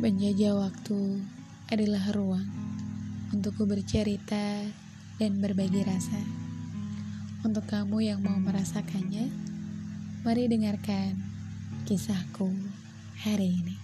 Penjajah waktu adalah ruang untukku bercerita dan berbagi rasa. Untuk kamu yang mau merasakannya, mari dengarkan kisahku hari ini.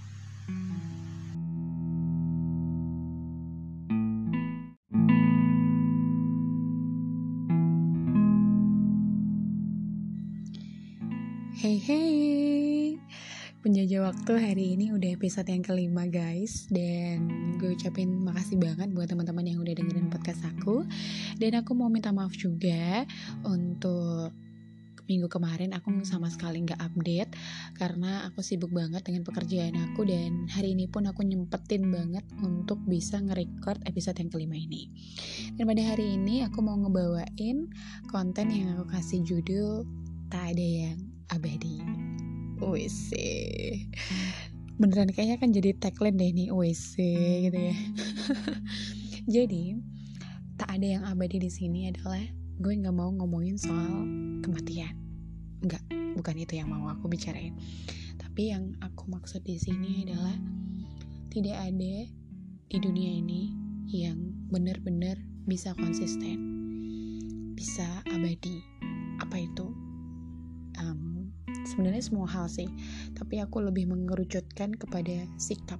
Hey, penjajah waktu hari ini udah episode yang kelima guys. Dan gue ucapin makasih banget buat teman-teman yang udah dengerin podcast aku. Dan aku mau minta maaf juga untuk minggu kemarin aku sama sekali gak update karena aku sibuk banget dengan pekerjaan aku. Dan hari ini pun aku nyempetin banget untuk bisa nge-record episode yang kelima ini. Dan pada hari ini aku mau ngebawain konten yang aku kasih judul Tak Ada Yang Abadi. WC beneran kayaknya kan jadi tagline deh nih, WC gitu ya. Jadi tak ada yang abadi di sini adalah gue nggak mau ngomongin soal kematian. Bukan itu yang mau aku bicarain. Tapi yang aku maksud di sini adalah tidak ada di dunia ini yang benar-benar bisa konsisten, bisa abadi. Apa itu? Sebenarnya semua hal sih, tapi aku lebih mengerucutkan kepada sikap.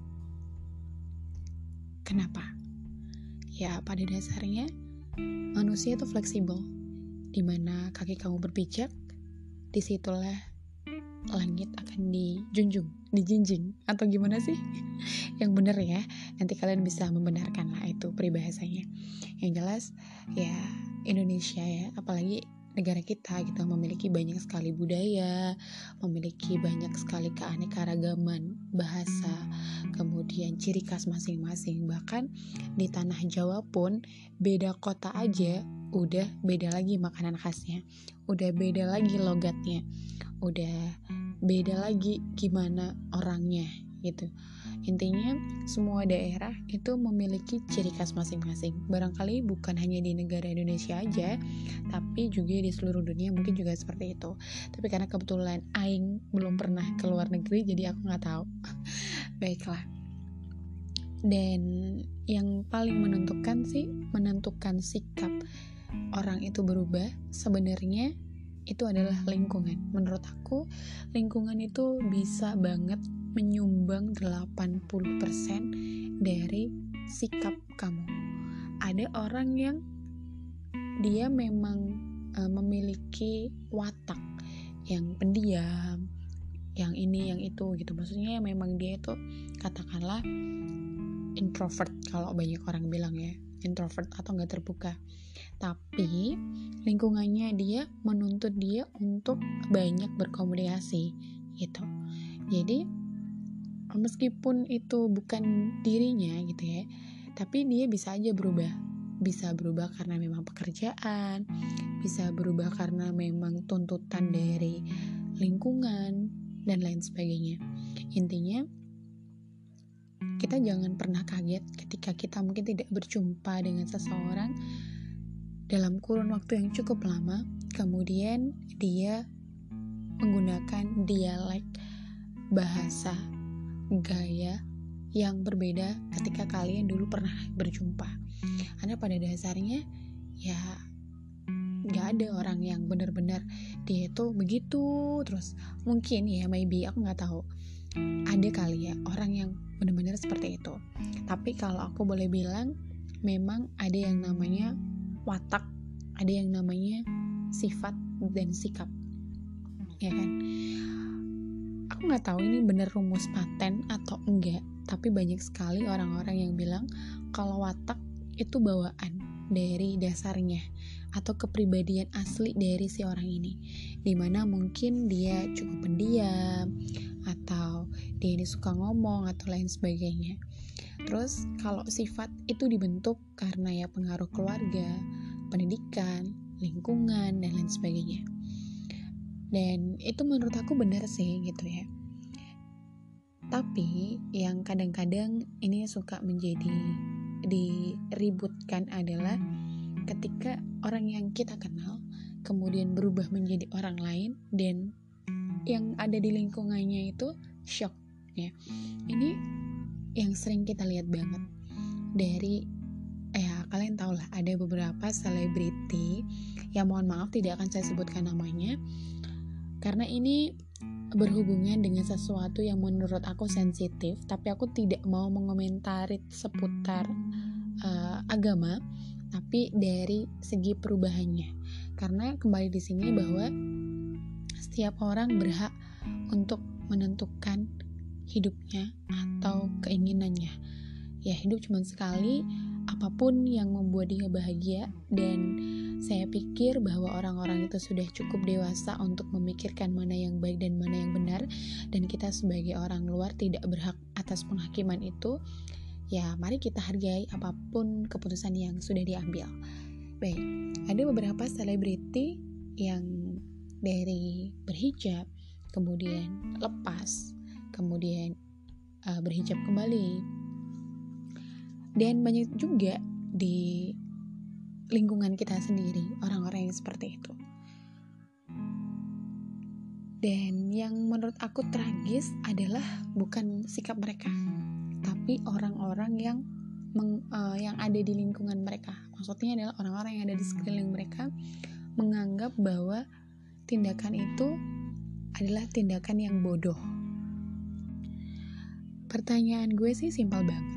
Kenapa? Ya pada dasarnya manusia itu fleksibel. Dimana kaki kamu berpijak, disitulah langit akan dijinjing, atau gimana sih? Yang bener ya, nanti kalian bisa membenarkan lah itu peribahasanya. Yang jelas ya Indonesia ya, apalagi negara kita gitu, memiliki banyak sekali budaya, memiliki banyak sekali keanekaragaman bahasa, kemudian ciri khas masing-masing. Bahkan di tanah Jawa pun beda kota aja udah beda lagi makanan khasnya, udah beda lagi logatnya, udah beda lagi gimana orangnya gitu. Intinya semua daerah itu memiliki ciri khas masing-masing. Barangkali bukan hanya di negara Indonesia aja, tapi juga di seluruh dunia mungkin juga seperti itu. Tapi karena kebetulan aing belum pernah ke luar negeri, jadi aku nggak tahu. Baiklah. Dan yang paling menentukan sikap orang itu berubah sebenarnya itu adalah lingkungan. Menurut aku lingkungan itu bisa banget menyumbang 80% dari sikap kamu. Ada orang yang dia memang memiliki watak yang pendiam, yang ini yang itu gitu. Maksudnya memang dia itu katakanlah introvert, kalau banyak orang bilang ya introvert atau gak terbuka. Tapi lingkungannya dia menuntut dia untuk banyak berkomunikasi gitu. Jadi meskipun itu bukan dirinya gitu ya, tapi dia bisa aja berubah. Bisa berubah karena memang pekerjaan, bisa berubah karena memang tuntutan dari lingkungan dan lain sebagainya. Intinya kita jangan pernah kaget ketika kita mungkin tidak berjumpa dengan seseorang dalam kurun waktu yang cukup lama, kemudian dia menggunakan dialek, bahasa, gaya yang berbeda ketika kalian dulu pernah berjumpa. Karena pada dasarnya ya gak ada orang yang benar-benar dia itu begitu terus. Mungkin ya maybe aku gak tahu, ada kali ya orang yang benar-benar seperti itu. Tapi kalau aku boleh bilang, memang ada yang namanya watak, ada yang namanya sifat dan sikap, ya kan? Aku nggak tahu ini bener rumus paten atau enggak, tapi banyak sekali orang-orang yang bilang kalau watak itu bawaan dari dasarnya atau kepribadian asli dari si orang ini, dimana mungkin dia cukup pendiam atau dia ini suka ngomong atau lain sebagainya. Terus kalau sifat itu dibentuk karena ya pengaruh keluarga, pendidikan, lingkungan dan lain sebagainya. Dan itu menurut aku benar sih gitu ya. Tapi yang kadang-kadang ini suka menjadi diributkan adalah ketika orang yang kita kenal kemudian berubah menjadi orang lain dan yang ada di lingkungannya itu shock ya. Ini yang sering kita lihat banget dari kalian tahu lah, ada beberapa selebriti yang mohon maaf tidak akan saya sebutkan namanya karena ini berhubungan dengan sesuatu yang menurut aku sensitif, tapi aku tidak mau mengomentari seputar agama, tapi dari segi perubahannya. Karena kembali di sini bahwa setiap orang berhak untuk menentukan hidupnya atau keinginannya. Ya, hidup cuma sekali, apapun yang membuat dia bahagia, dan saya pikir bahwa orang-orang itu sudah cukup dewasa untuk memikirkan mana yang baik dan mana yang benar, dan kita sebagai orang luar tidak berhak atas penghakiman itu. Ya, mari kita hargai apapun keputusan yang sudah diambil. Baik, ada beberapa selebriti yang dari berhijab, kemudian lepas, kemudian berhijab kembali. Dan banyak juga di lingkungan kita sendiri orang-orang yang seperti itu. Dan yang menurut aku tragis adalah bukan sikap mereka, tapi orang-orang yang ada di lingkungan mereka. Maksudnya adalah orang-orang yang ada di sekeliling mereka menganggap bahwa tindakan itu adalah tindakan yang bodoh. Pertanyaan gue sih simpel banget.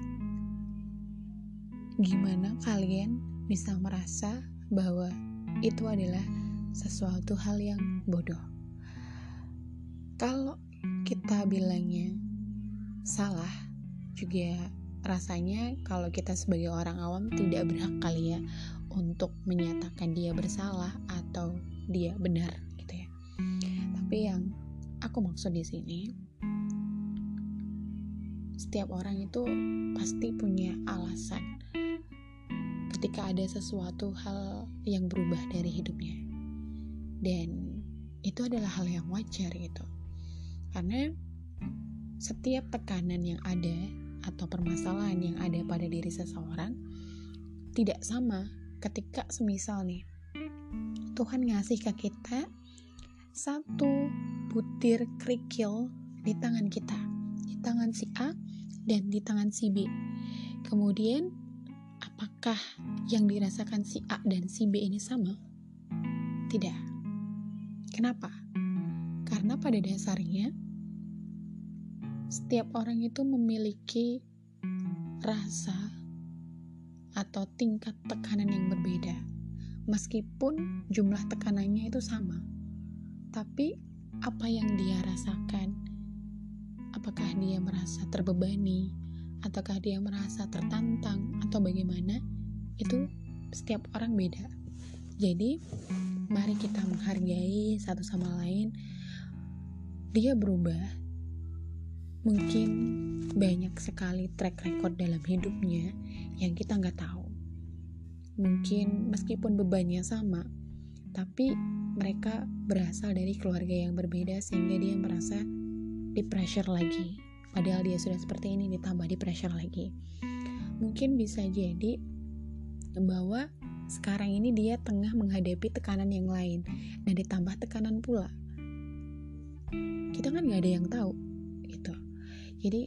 Gimana kalian bisa merasa bahwa itu adalah sesuatu hal yang bodoh? Kalau kita bilangnya salah, juga rasanya kalau kita sebagai orang awam tidak berhak kali ya untuk menyatakan dia bersalah atau dia benar gitu ya. Tapi yang aku maksud di sini, setiap orang itu pasti punya alasan ketika ada sesuatu hal yang berubah dari hidupnya, dan itu adalah hal yang wajar gitu. Karena setiap tekanan yang ada atau permasalahan yang ada pada diri seseorang tidak sama ketika semisal nih Tuhan ngasih ke kita satu butir kerikil di tangan kita, di tangan si A dan di tangan si B. Kemudian apakah yang dirasakan si A dan si B ini sama? Tidak. Kenapa? Karena pada dasarnya setiap orang itu memiliki rasa atau tingkat tekanan yang berbeda. Meskipun jumlah tekanannya itu sama, tapi apa yang dia rasakan, apakah dia merasa terbebani, ataukah dia merasa tertantang, atau bagaimana, itu setiap orang beda. Jadi mari kita menghargai satu sama lain. Dia berubah, mungkin banyak sekali track record dalam hidupnya yang kita nggak tahu. Mungkin meskipun bebannya sama, tapi mereka berasal dari keluarga yang berbeda sehingga dia merasa di pressure lagi. Padahal dia sudah seperti ini, ditambah di pressure lagi. Mungkin bisa jadi bahwa sekarang ini dia tengah menghadapi tekanan yang lain, dan ditambah tekanan pula. Kita kan gak ada yang tahu gitu. Jadi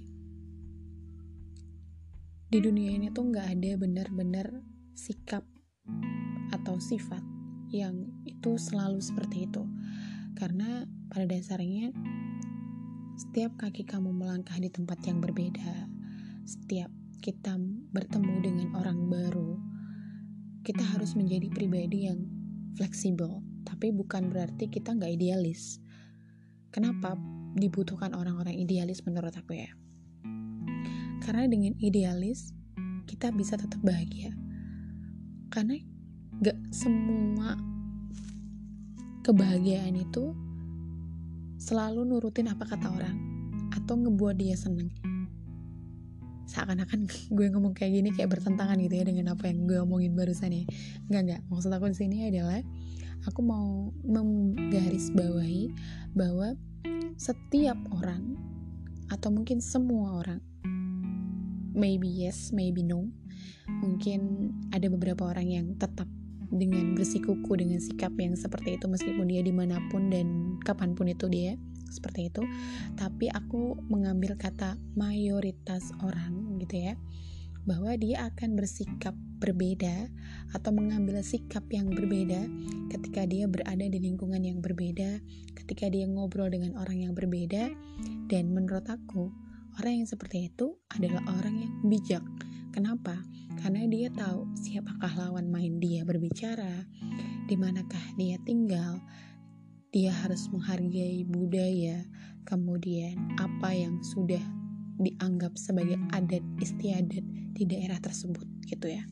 di dunia ini tuh gak ada benar-benar sikap atau sifat yang itu selalu seperti itu. Karena pada dasarnya setiap kaki kamu melangkah di tempat yang berbeda, setiap kita bertemu dengan orang baru, kita harus menjadi pribadi yang fleksibel. Tapi bukan berarti kita gak idealis. Kenapa dibutuhkan orang-orang idealis menurut aku ya? Karena dengan idealis kita bisa tetap bahagia. Karena gak semua kebahagiaan itu selalu nurutin apa kata orang atau ngebuat dia seneng. Seakan-akan gue ngomong kayak gini kayak bertentangan gitu ya dengan apa yang gue omongin barusan ya. Enggak. Maksud aku di sini adalah aku mau menggarisbawahi bahwa setiap orang atau mungkin semua orang, maybe yes, maybe no, mungkin ada beberapa orang yang tetap dengan bersikuku dengan sikap yang seperti itu meskipun dia dimanapun dan kapanpun itu dia seperti itu, tapi aku mengambil kata mayoritas orang gitu ya, bahwa dia akan bersikap berbeda atau mengambil sikap yang berbeda ketika dia berada di lingkungan yang berbeda, ketika dia ngobrol dengan orang yang berbeda. Dan menurut aku, orang yang seperti itu adalah orang yang bijak. Kenapa? Karena dia tahu siapakah lawan main dia berbicara, di manakah dia tinggal, dia harus menghargai budaya, kemudian apa yang sudah dianggap sebagai adat istiadat di daerah tersebut gitu ya.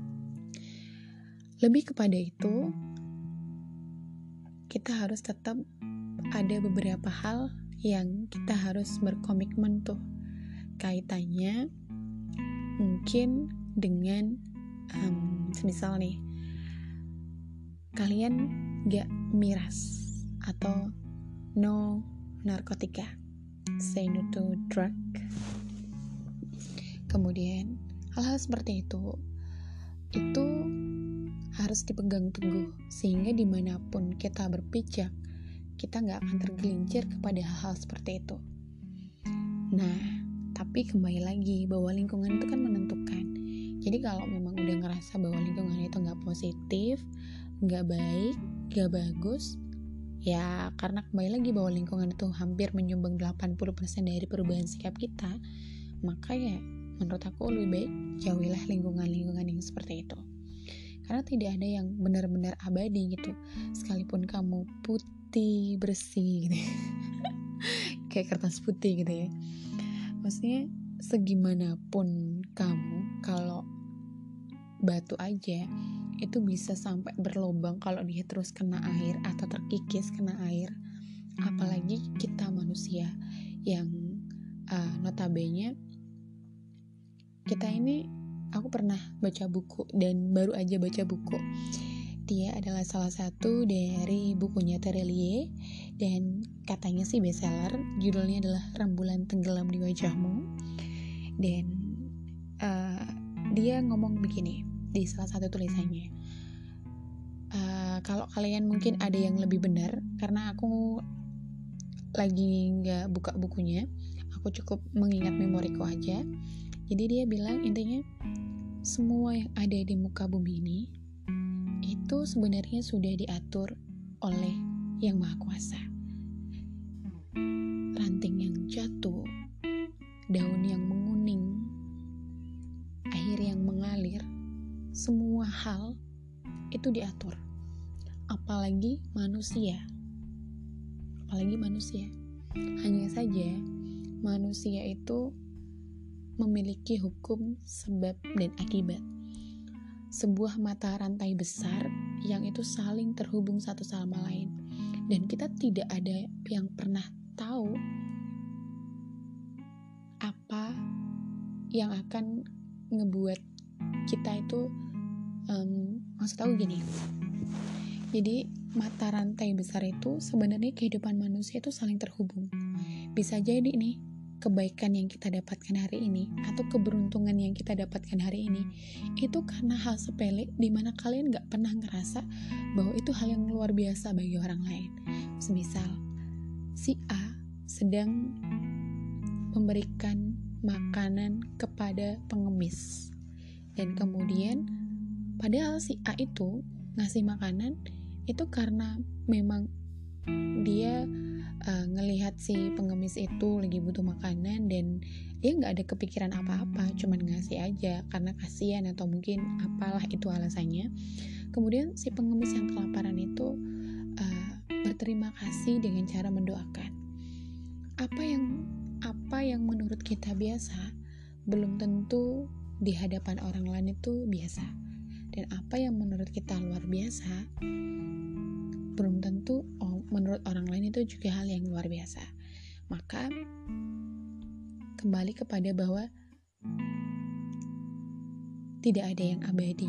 Lebih kepada itu, kita harus tetap ada beberapa hal yang kita harus berkomitmen tuh, kaitannya mungkin dengan semisal nih, kalian gak miras atau no narkotika, say no to drug. Kemudian hal-hal seperti itu harus dipegang teguh, sehingga dimanapun kita berpijak, kita gak akan tergelincir kepada hal-hal seperti itu. Nah, tapi kembali lagi bahwa lingkungan itu kan menentukan. Jadi kalau memang udah ngerasa bahwa lingkungan itu gak positif, gak baik, gak bagus, ya karena kembali lagi bahwa lingkungan itu hampir menyumbang 80% dari perubahan sikap kita, maka ya menurut aku lebih baik jauhilah lingkungan-lingkungan yang seperti itu. Karena tidak ada yang benar-benar abadi gitu, sekalipun kamu putih bersih gitu kayak kertas putih gitu ya. Maksudnya segimanapun kamu, kalau batu aja itu bisa sampai berlubang kalau dia terus kena air atau terkikis kena air, apalagi kita manusia yang notabene kita ini, aku pernah baca buku dan baru aja baca buku. Dia adalah salah satu dari bukunya Terelie dan katanya sih bestseller. Judulnya adalah Rembulan Tenggelam di Wajahmu. Dan dia ngomong begini di salah satu tulisannya. Kalau kalian mungkin ada yang lebih benar, karena aku lagi nggak buka bukunya, aku cukup mengingat memoriku aja. Jadi dia bilang intinya semua yang ada di muka bumi ini itu sebenarnya sudah diatur oleh Yang Maha Kuasa. Ranting yang jatuh, daun yang menguning, air yang mengalir, semua hal itu diatur. Apalagi manusia. Hanya saja manusia itu memiliki hukum sebab dan akibat, sebuah mata rantai besar yang itu saling terhubung satu sama lain, dan kita tidak ada yang pernah tahu apa yang akan ngebuat kita itu maksud aku gini, jadi mata rantai besar itu sebenarnya kehidupan manusia itu saling terhubung. Bisa jadi nih kebaikan yang kita dapatkan hari ini atau keberuntungan yang kita dapatkan hari ini itu karena hal sepele di mana kalian gak pernah ngerasa bahwa itu hal yang luar biasa bagi orang lain. Semisal si A sedang memberikan makanan kepada pengemis, dan kemudian padahal si A itu ngasih makanan itu karena memang dia ngelihat si pengemis itu lagi butuh makanan dan dia nggak ada kepikiran apa-apa, cuman ngasih aja karena kasihan atau mungkin apalah itu alasannya. Kemudian si pengemis yang kelaparan itu berterima kasih dengan cara mendoakan. Apa yang menurut kita biasa belum tentu di hadapan orang lain itu biasa, dan apa yang menurut kita luar biasa belum tentu menurut orang lain itu juga hal yang luar biasa. Maka kembali kepada bahwa tidak ada yang abadi.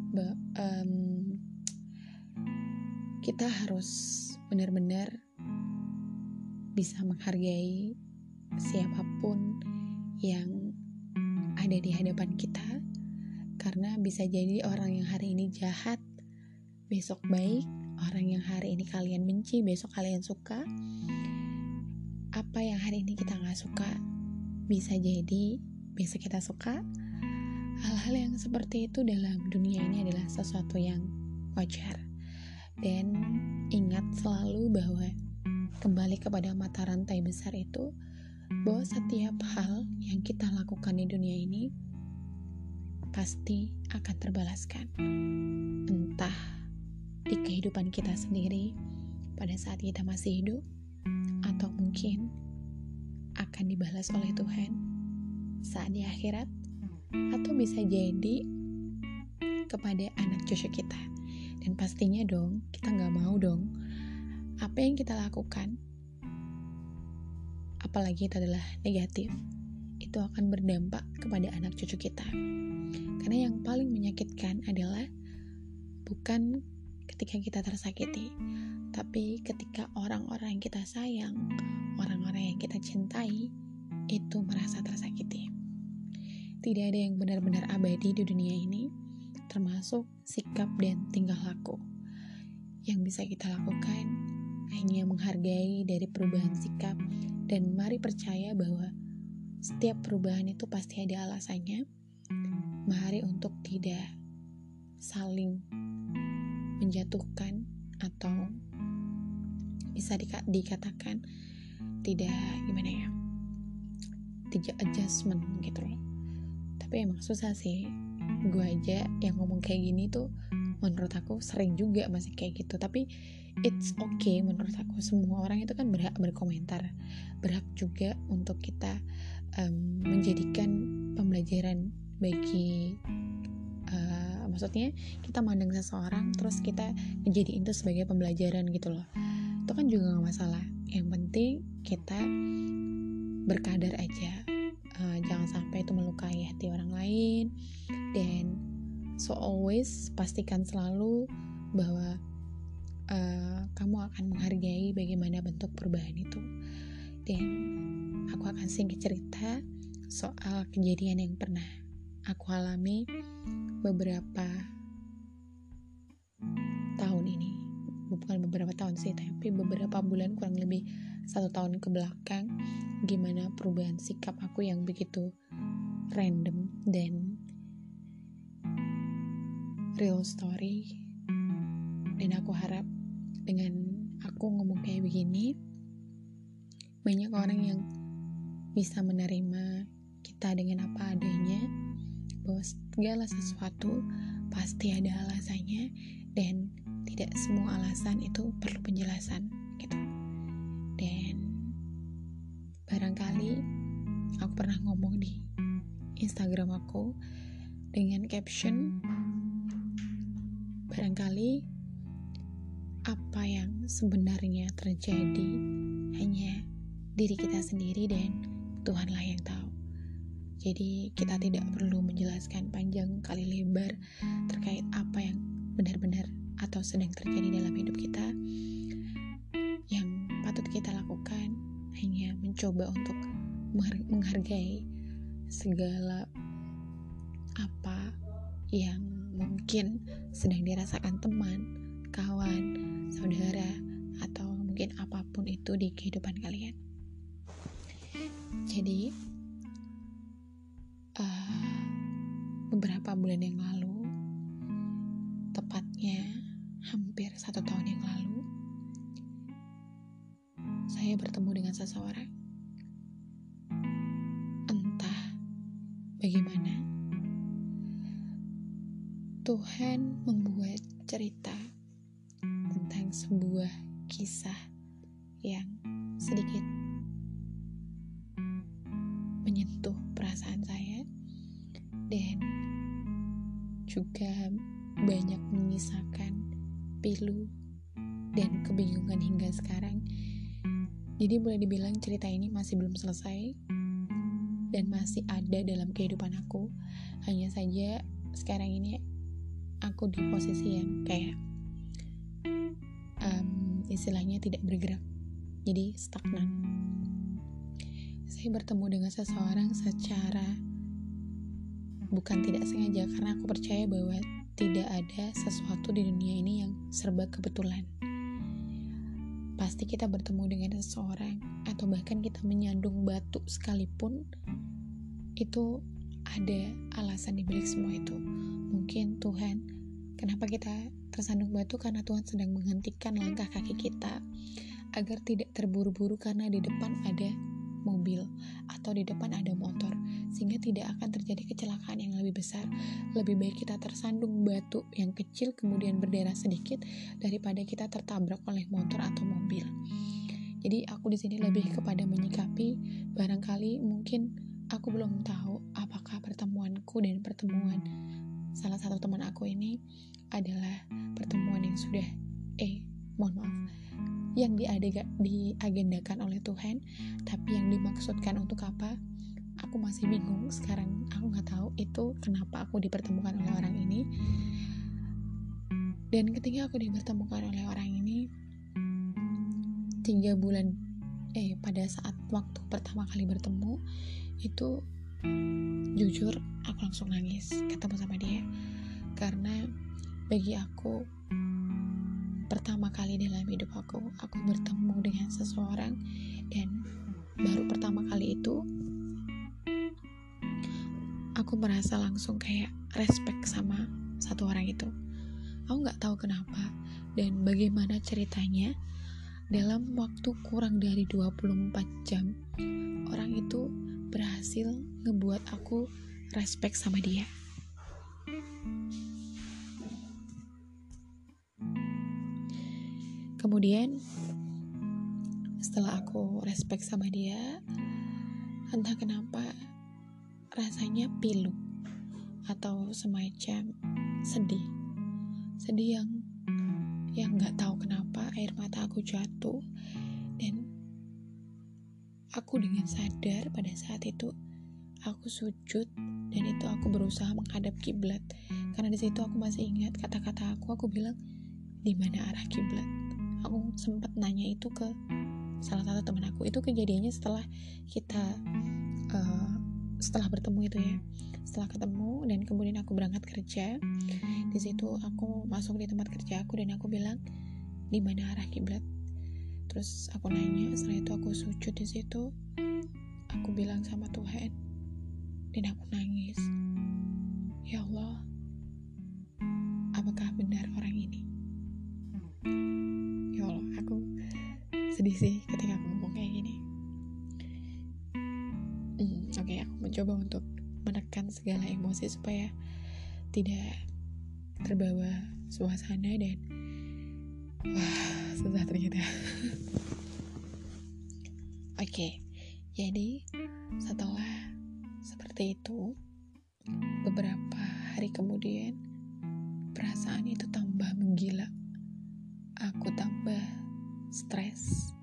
Kita harus benar-benar bisa menghargai siapapun yang ada di hadapan kita, karena bisa jadi orang yang hari ini jahat besok baik, orang yang hari ini kalian benci besok kalian suka. apa yang hari ini kita gak suka, bisa jadi besok kita suka. Hal-hal yang seperti itu dalam dunia ini adalah sesuatu yang wajar. Dan ingat selalu bahwa kembali kepada mata rantai besar itu, bahwa setiap hal yang kita lakukan di dunia ini pasti akan terbalaskan. Entah di kehidupan kita sendiri pada saat kita masih hidup, atau mungkin akan dibalas oleh Tuhan saat di akhirat, atau bisa jadi kepada anak cucu kita. Dan pastinya dong, kita gak mau dong apa yang kita lakukan, apalagi itu adalah negatif, itu akan berdampak kepada anak cucu kita. Karena yang paling menyakitkan adalah bukan ketika kita tersakiti, tapi ketika orang-orang yang kita sayang, orang-orang yang kita cintai, itu merasa tersakiti. Tidak ada yang benar-benar abadi di dunia ini, termasuk sikap dan tingkah laku. Yang bisa kita lakukan hanya menghargai dari perubahan sikap, dan mari percaya bahwa setiap perubahan itu pasti ada alasannya. Mari untuk tidak saling menjatuhkan, atau bisa dikatakan tidak adjustment gitu loh. Tapi emang susah sih. Gue aja yang ngomong kayak gini tuh menurut aku sering juga masih kayak gitu. Tapi it's okay menurut aku. Semua orang itu kan berhak berkomentar, berhak juga untuk kita menjadikan pembelajaran bagi maksudnya kita mandang seseorang terus kita menjadiin itu sebagai pembelajaran gitu loh. Itu kan juga gak masalah. Yang penting kita berkadar aja, jangan sampai itu melukai hati orang lain. Dan so always pastikan selalu bahwa kamu akan menghargai bagaimana bentuk perubahan itu. Dan aku akan sedikit cerita soal kejadian yang pernah aku alami beberapa tahun ini. Bukan beberapa tahun sih, tapi beberapa bulan, kurang lebih 1 tahun ke belakang. Gimana perubahan sikap aku yang begitu random dan real story. Dan aku harap dengan aku ngomong kayak begini, banyak orang yang bisa menerima kita dengan apa adanya, bahwa segala sesuatu pasti ada alasannya, dan tidak semua alasan itu perlu penjelasan gitu. Dan barangkali aku pernah ngomong di Instagram aku dengan caption, barangkali apa yang sebenarnya terjadi hanya diri kita sendiri dan Tuhanlah yang tahu. Jadi kita tidak perlu menjelaskan panjang kali lebar terkait apa yang benar-benar atau sedang terjadi dalam hidup kita. Yang patut kita lakukan hanya mencoba untuk menghargai segala apa yang mungkin sedang dirasakan teman, kawan, saudara, atau mungkin apapun itu di kehidupan kalian. Jadi beberapa bulan yang lalu, tepatnya hampir 1 tahun yang lalu, saya bertemu dengan seseorang. Entah bagaimana Tuhan membuat cerita tentang sebuah kisah yang sedikit menyentuh perasaan saya, dan juga banyak menyisakan pilu dan kebingungan hingga sekarang. Jadi boleh dibilang cerita ini masih belum selesai dan masih ada dalam kehidupan aku. Hanya saja sekarang ini aku di posisi yang kayak istilahnya tidak bergerak, jadi stagnan. Saya bertemu dengan seseorang secara bukan tidak sengaja, karena aku percaya bahwa tidak ada sesuatu di dunia ini yang serba kebetulan. pasti kita bertemu dengan seseorang, atau bahkan kita menyandung batu sekalipun, itu ada alasan di balik semua itu. Mungkin Tuhan, kenapa kita tersandung batu, karena Tuhan sedang menghentikan langkah kaki kita agar tidak terburu-buru karena di depan ada mobil atau di depan ada motor, sehingga tidak akan terjadi kecelakaan yang lebih besar. Lebih baik kita tersandung batu yang kecil kemudian berdarah sedikit daripada kita tertabrak oleh motor atau mobil. Jadi aku di sini lebih kepada menyikapi, barangkali mungkin aku belum tahu apakah pertemuanku dan pertemuan salah satu teman aku ini adalah pertemuan yang sudah yang diagendakan oleh Tuhan, tapi yang dimaksudkan untuk apa, aku masih bingung sekarang. Aku nggak tahu itu kenapa aku dipertemukan oleh orang ini. Dan ketika aku dipertemukan oleh orang ini 3 bulan pada saat waktu pertama kali bertemu itu, jujur aku langsung nangis ketemu sama dia, karena bagi aku pertama kali dalam hidup aku bertemu dengan seseorang, dan baru pertama kali itu aku merasa langsung kayak respect sama satu orang itu. Aku nggak tahu kenapa dan bagaimana ceritanya, dalam waktu kurang dari 24 jam orang itu berhasil ngebuat aku respect sama dia. Kemudian setelah aku respect sama dia, entah kenapa rasanya pilu atau semacam sedih yang nggak tahu kenapa air mata aku jatuh, dan aku dengan sadar pada saat itu aku sujud, dan itu aku berusaha menghadap kiblat, karena di situ aku masih ingat kata-kata aku bilang, di mana arah kiblat. Aku sempat nanya itu ke salah satu teman aku. Itu kejadiannya setelah kita setelah bertemu itu ya, setelah ketemu dan kemudian aku berangkat kerja. Di situ aku masuk di tempat kerja aku dan aku bilang, di mana arah kiblat. Terus aku nanya, setelah itu aku sujud di situ, aku bilang sama Tuhan, dan aku nangis, ya Allah, apakah benar orang ini? Ya Allah, aku sedih sih ketika aku ngomong kayak gini. Oke, aku mencoba untuk menekan segala emosi supaya tidak terbawa suasana, dan susah ternyata. Oke, jadi setelah seperti itu, beberapa hari kemudian perasaan itu tambah menggila. Aku tambah stres,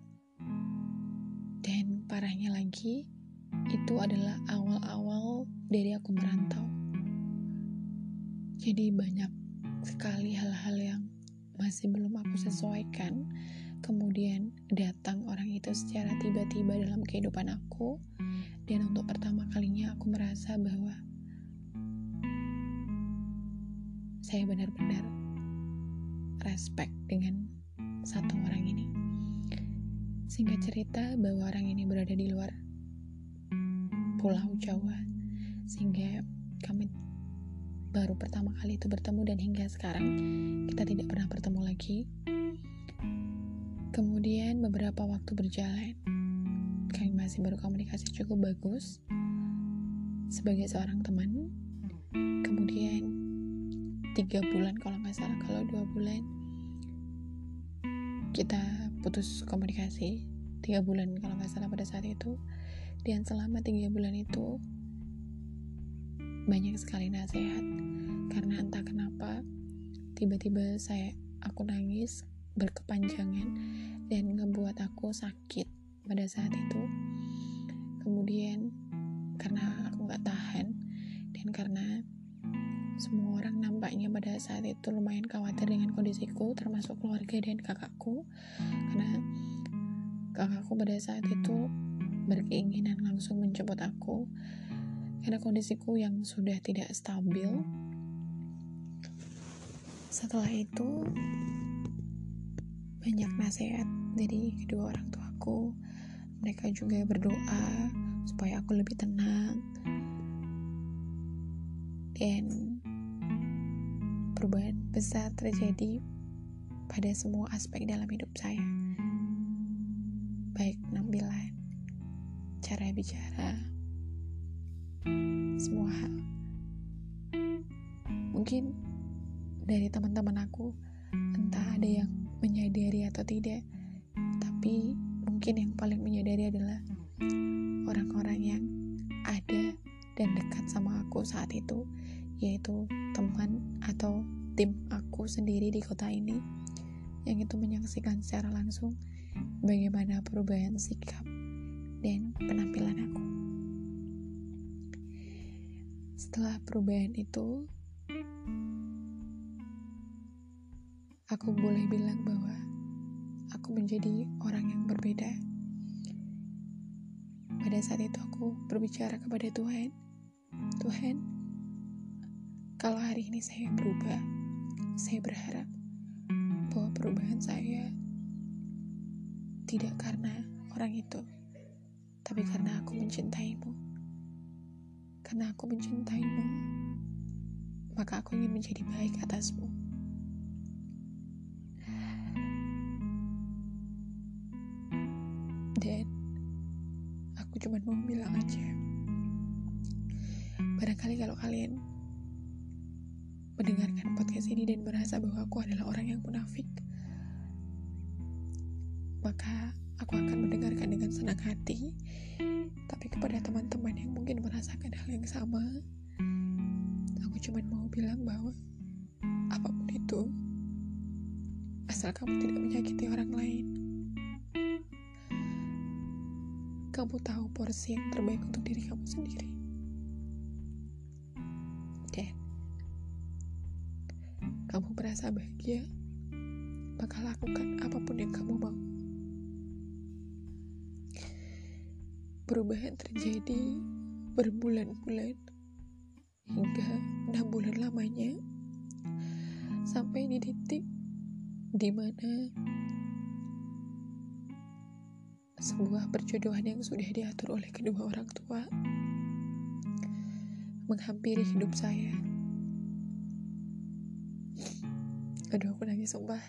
dan parahnya lagi itu adalah awal-awal dari aku merantau. Jadi banyak sekali hal-hal yang masih belum aku sesuaikan. Kemudian datang orang itu secara tiba-tiba dalam kehidupan aku, dan untuk pertama kalinya aku merasa bahwa saya benar-benar respect dengan satu orang ini. Singkat cerita, bahwa orang ini berada di luar Pulau Jawa, sehingga kami baru pertama kali itu bertemu, dan hingga sekarang kita tidak pernah bertemu lagi. Kemudian beberapa waktu berjalan, kami masih berkomunikasi cukup bagus sebagai seorang teman. Kemudian 3 bulan kalau nggak salah, kalau 2 bulan kita putus komunikasi. 3 bulan kalau nggak salah pada saat itu. Dan selama 3 bulan itu banyak sekali nasihat, karena entah kenapa tiba-tiba aku nangis berkepanjangan dan ngebuat aku sakit pada saat itu. Kemudian karena aku nggak tahan, dan karena semua orang nampaknya pada saat itu lumayan khawatir dengan kondisiku, termasuk keluarga dan kakakku, karena kakakku pada saat itu berkeinginan langsung menjemput aku karena kondisiku yang sudah tidak stabil. Setelah itu banyak nasihat dari kedua orang tuaku. Mereka juga berdoa supaya aku lebih tenang, dan perubahan besar terjadi pada semua aspek dalam hidup saya, baik penampilan, cara bicara, semua hal. Mungkin dari teman-teman aku, entah ada yang menyadari atau tidak, tapi mungkin yang paling menyadari adalah orang-orang yang ada dan dekat sama aku saat itu, yaitu teman atau tim aku sendiri di kota ini, yang itu menyaksikan secara langsung bagaimana perubahan sikap dan penampilan aku. Setelah perubahan itu, aku boleh bilang bahwa aku menjadi orang yang berbeda. Pada saat itu aku berbicara kepada Tuhan, Tuhan, kalau hari ini saya berubah, saya berharap bahwa perubahan saya tidak karena orang itu, tapi karena aku mencintaimu. Karena aku mencintaimu, maka aku ingin menjadi baik atasmu. Dan aku cuma mau bilang aja, barangkali kalau kalian mendengarkan podcast ini dan merasa bahwa aku adalah orang yang munafik, maka aku akan mendengarkan dengan senang hati. Tapi kepada teman-teman yang mungkin merasakan hal yang sama, aku cuma mau bilang bahwa apapun itu, asal kamu tidak menyakiti orang lain, kamu tahu porsi yang terbaik untuk diri kamu sendiri. Dan kamu merasa bahagia, maka lakukan apapun yang kamu mau. Perubahan terjadi berbulan-bulan hingga 6 bulan lamanya, sampai di titik di mana sebuah perjodohan yang sudah diatur oleh kedua orang tua menghampiri hidup saya. Aduh, aku nangis sumpah.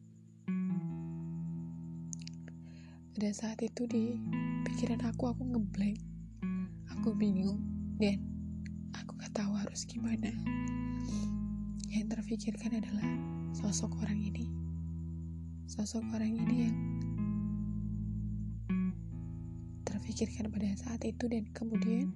Pada saat itu di pikiran aku ngeblank, aku bingung, dan aku gak tahu harus gimana. Yang terfikirkan adalah sosok orang ini yang terfikirkan pada saat itu. Dan kemudian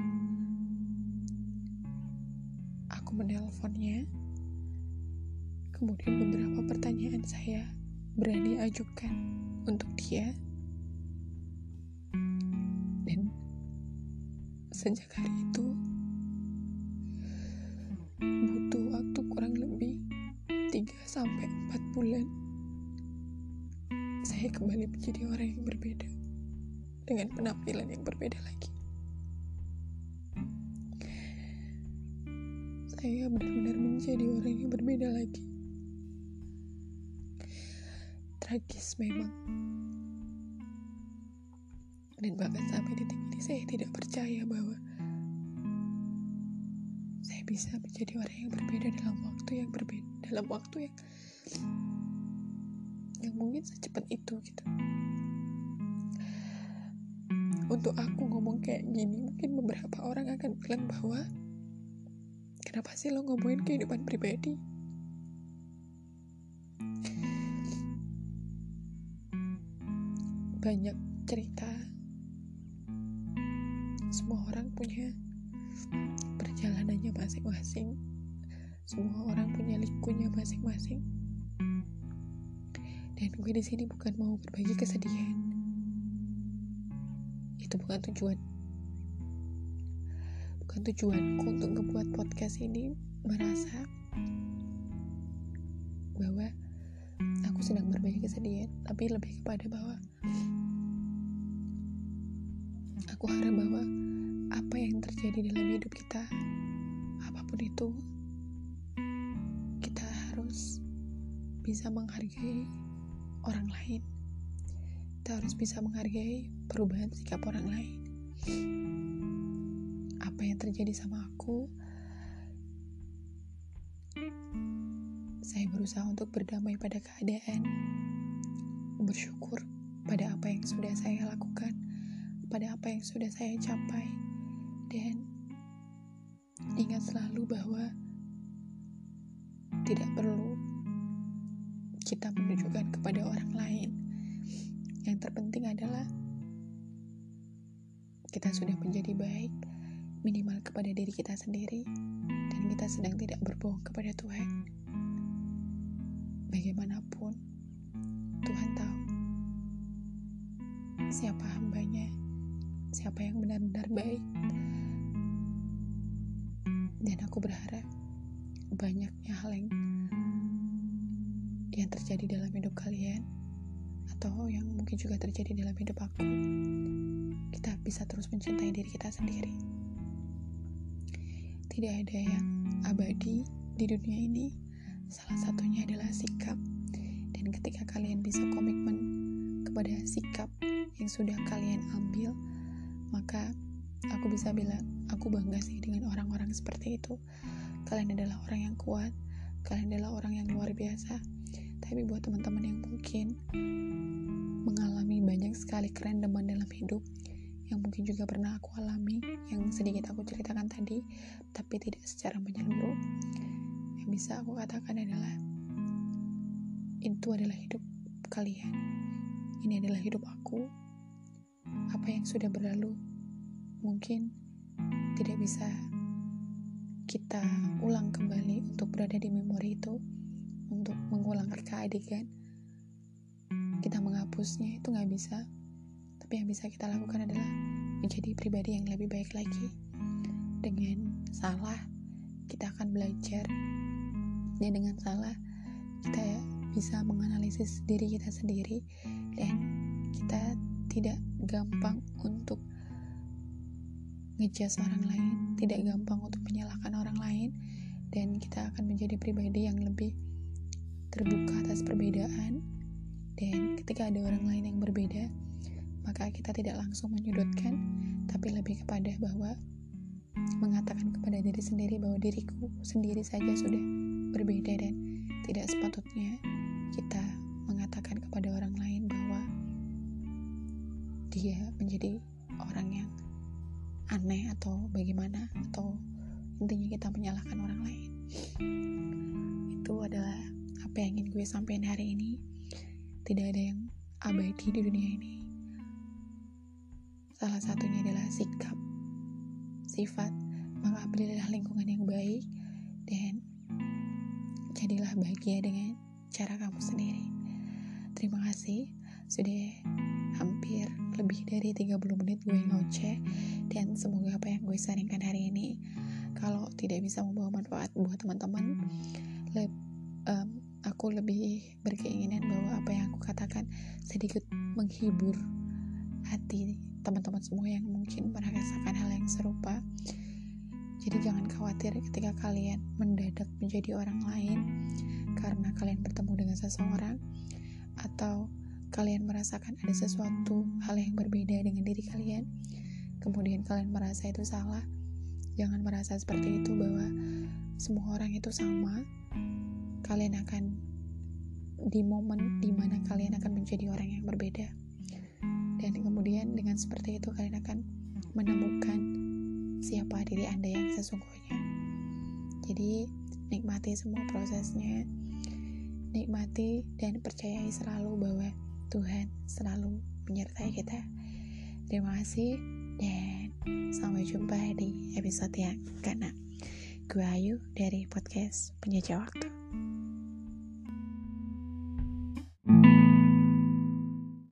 aku menelponnya. Kemudian beberapa pertanyaan saya berani ajukan untuk dia. Dan sejak hari itu butuh waktu kurang lebih 3-4 bulan, saya kembali menjadi orang yang berbeda, dengan penampilan yang berbeda lagi. Saya benar-benar menjadi orang yang berbeda lagi. Tragis memang. Dan bahkan sampai detik ini saya tidak percaya bahwa saya bisa menjadi orang yang berbeda dalam waktu yang berbeda, dalam waktu yang mungkin secepat itu gitu. Untuk aku ngomong kayak gini, mungkin beberapa orang akan bilang bahwa kenapa sih lo ngomongin kehidupan pribadi? Banyak cerita. Semua orang punya perjalanannya masing-masing. Semua orang punya likunya masing-masing. Dan gue di sini bukan mau berbagi kesedihan. Itu bukan tujuan. Bukan tujuanku untuk ngebuat podcast ini merasa bahwa aku sedang berbagi kesedihan, tapi lebih kepada bahwa aku harap bahwa apa yang terjadi dalam hidup kita, apapun itu, kita harus bisa menghargai orang lain. kita harus bisa menghargai perubahan sikap orang lain. Apa yang terjadi sama aku, saya berusaha untuk berdamai pada keadaan, bersyukur pada apa yang sudah saya lakukan, pada apa yang sudah saya capai, dan ingat selalu bahwa tidak perlu kita menunjukkan kepada orang lain. Yang terpenting adalah kita sudah menjadi baik, minimal kepada diri kita sendiri, dan kita sedang tidak berbohong kepada Tuhan. Bagaimanapun, Tuhan tahu siapa hambanya, siapa yang benar-benar baik. Dan aku berharap banyaknya hal yang terjadi dalam hidup kalian, atau yang mungkin juga terjadi dalam hidup aku, kita bisa terus mencintai diri kita sendiri. Tidak ada yang abadi di dunia ini, salah satunya adalah sikap. Dan ketika kalian bisa komitmen kepada sikap yang sudah kalian ambil, maka aku bisa bilang, aku bangga sih dengan orang-orang seperti itu. Kalian adalah orang yang kuat, kalian adalah orang yang luar biasa. Tapi buat teman-teman yang mungkin mengalami banyak sekali kerandoman dalam hidup, yang mungkin juga pernah aku alami, yang sedikit aku ceritakan tadi, tapi tidak secara menyeluruh, yang bisa aku katakan adalah, itu adalah hidup kalian, ini adalah hidup aku. Apa yang sudah berlalu mungkin tidak bisa kita ulang kembali untuk berada di memori itu, untuk mengulang reka adegan. Kita menghapusnya itu gak bisa, tapi yang bisa kita lakukan adalah menjadi pribadi yang lebih baik lagi. Dengan salah, kita akan belajar, dan dengan salah, kita bisa menganalisis diri kita sendiri, dan kita tidak gampang untuk ngejudge orang lain, tidak gampang untuk menyalahkan orang lain, dan kita akan menjadi pribadi yang lebih terbuka atas perbedaan. Dan ketika ada orang lain yang berbeda, maka kita tidak langsung menyudutkan, tapi lebih kepada bahwa mengatakan kepada diri sendiri bahwa diriku sendiri saja sudah berbeda, dan tidak sepatutnya kita mengatakan kepada orang lain bahwa dia menjadi orang yang aneh atau bagaimana, atau intinya kita menyalahkan orang lain. Itu adalah apa yang ingin gue sampaikan hari ini. Tidak ada yang abadi di dunia ini. Salah satunya adalah sikap, sifat. Maka berilah lingkungan yang baik, dan jadilah bahagia dengan cara kamu sendiri. Terima kasih. Sudah hampir lebih dari 30 menit gue ngoceh, dan semoga apa yang gue sharingkan hari ini, kalau tidak bisa membawa manfaat buat teman-teman, aku lebih berkeinginan bahwa apa yang aku katakan sedikit menghibur hati teman-teman semua yang mungkin merasakan hal yang serupa. Jadi jangan khawatir ketika kalian mendadak menjadi orang lain karena kalian bertemu dengan seseorang, atau kalian merasakan ada sesuatu hal yang berbeda dengan diri kalian, kemudian kalian merasa itu salah. Jangan merasa seperti itu, bahwa semua orang itu sama. Kalian akan di momen dimana kalian akan menjadi orang yang berbeda, dan kemudian dengan seperti itu kalian akan menemukan siapa diri Anda yang sesungguhnya. Jadi nikmati semua prosesnya, nikmati dan percayai selalu bahwa Tuhan selalu menyertai kita. Terima kasih, dan sampai jumpa di episode yang ke-6. Gue Ayu dari podcast Penjajah Waktu.